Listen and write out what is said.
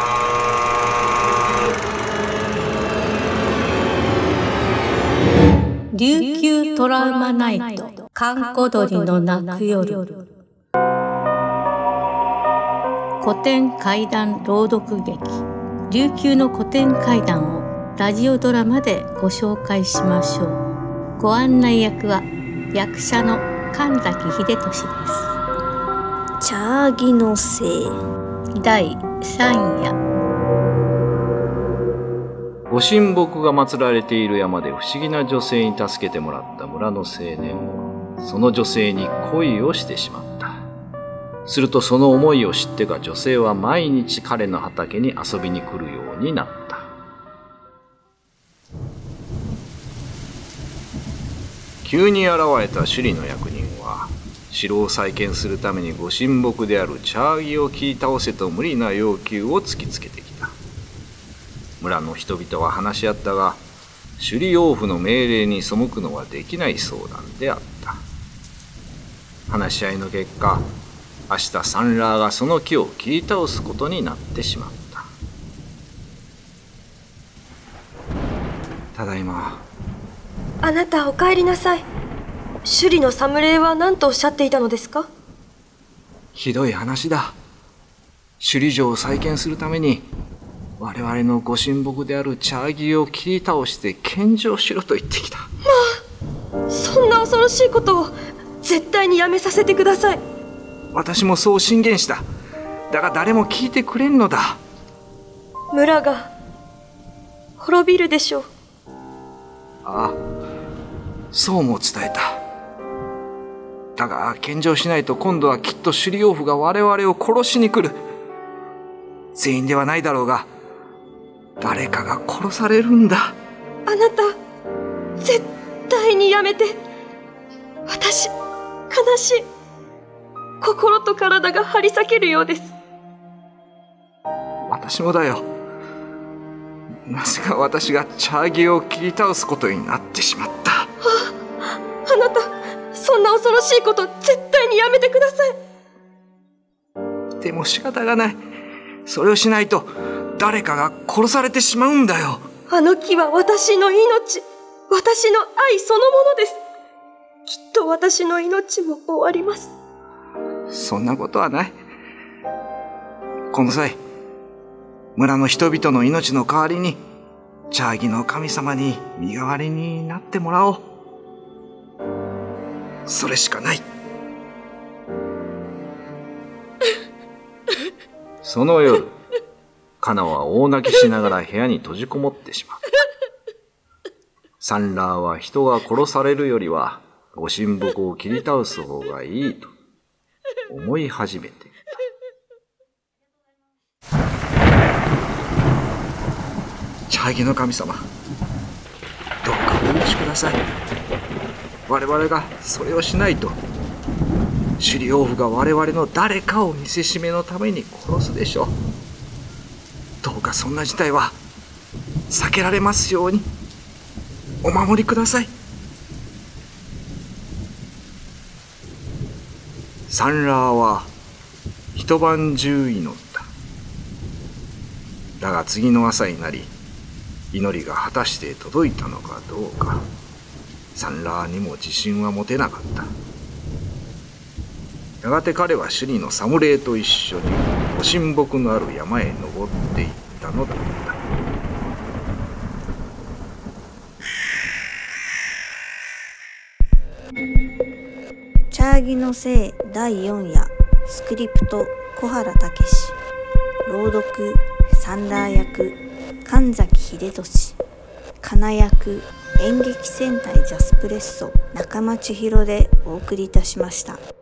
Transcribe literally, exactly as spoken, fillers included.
琉球トラウマナイト、閑古鳥の鳴く夜。古典怪談朗読劇、琉球の古典怪談をラジオドラマでご紹介しましょう。ご案内役は役者の神崎秀俊です。 チャーギのせいだいさんや。 ご神木が祀られている山で不思議な女性に助けてもらった村の青年は、その女性に恋をしてしまった。するとその思いを知ってか、女性は毎日彼の畑に遊びに来るようになった。急に現れた首里の役人は、城を再建するためにご神木であるチャーギを切り倒せと無理な要求を突きつけてきた。村の人々は話し合ったが、首里王府の命令に背くのはできない相談であった。話し合いの結果、明日サンラーがその木を切り倒すことになってしまった。ただいま。 あなたお帰りなさい。首里の侍は何とおっしゃっていたのですか？ ひどい話だ。首里城を再建するために、我々のご神木であるチャーギを切り倒して献上しろと言ってきた。まあ、そんな恐ろしいことを絶対にやめさせてください。 私もそう進言した。だが誰も聞いてくれんのだ。 村が滅びるでしょう。 ああ、そうも伝えた。だが献上しないと今度はきっと首里王府が我々を殺しに来る。全員ではないだろうが、誰かが殺されるんだ。 あなた、絶対にやめて。私、悲しい。心と体が張り裂けるようです。 私もだよ。なぜか私がチャーギを切り倒すことになってしまった。あ、 あなた、そんな恐ろしいこと絶対にやめてください。 でも仕方がない。それをしないと誰かが殺されてしまうんだよ。 あの木は私の命、私の愛そのものです。きっと私の命も終わります。 そんなことはない。この際、村の人々の命の代わりにチャーギの神様に身代わりになってもらおう。それしかない。その夜、カナは大泣きしながら部屋に閉じこもってしまった。サンラーは人が殺されるよりはご神木を切り倒す方がいいと思い始めていた。チャーギの神様、どうかお許しください。我々がそれをしないと、首里王府が我々の誰かを見せしめのために殺すでしょう。どうかそんな事態は避けられますようにお守りください。サンラーは一晩中祈った。だが次の朝になり、祈りが果たして届いたのかどうか、サンラーにも自信は持てなかった。やがて彼は首里の侍と一緒にご神木のある山へ登っていったのだった。 チャーギのせいだいよんや。スクリプト小原武史、朗読サンラー役神崎秀俊、カナ役演劇戦隊ジャスプレッソ中間千尋でお送りいたしました。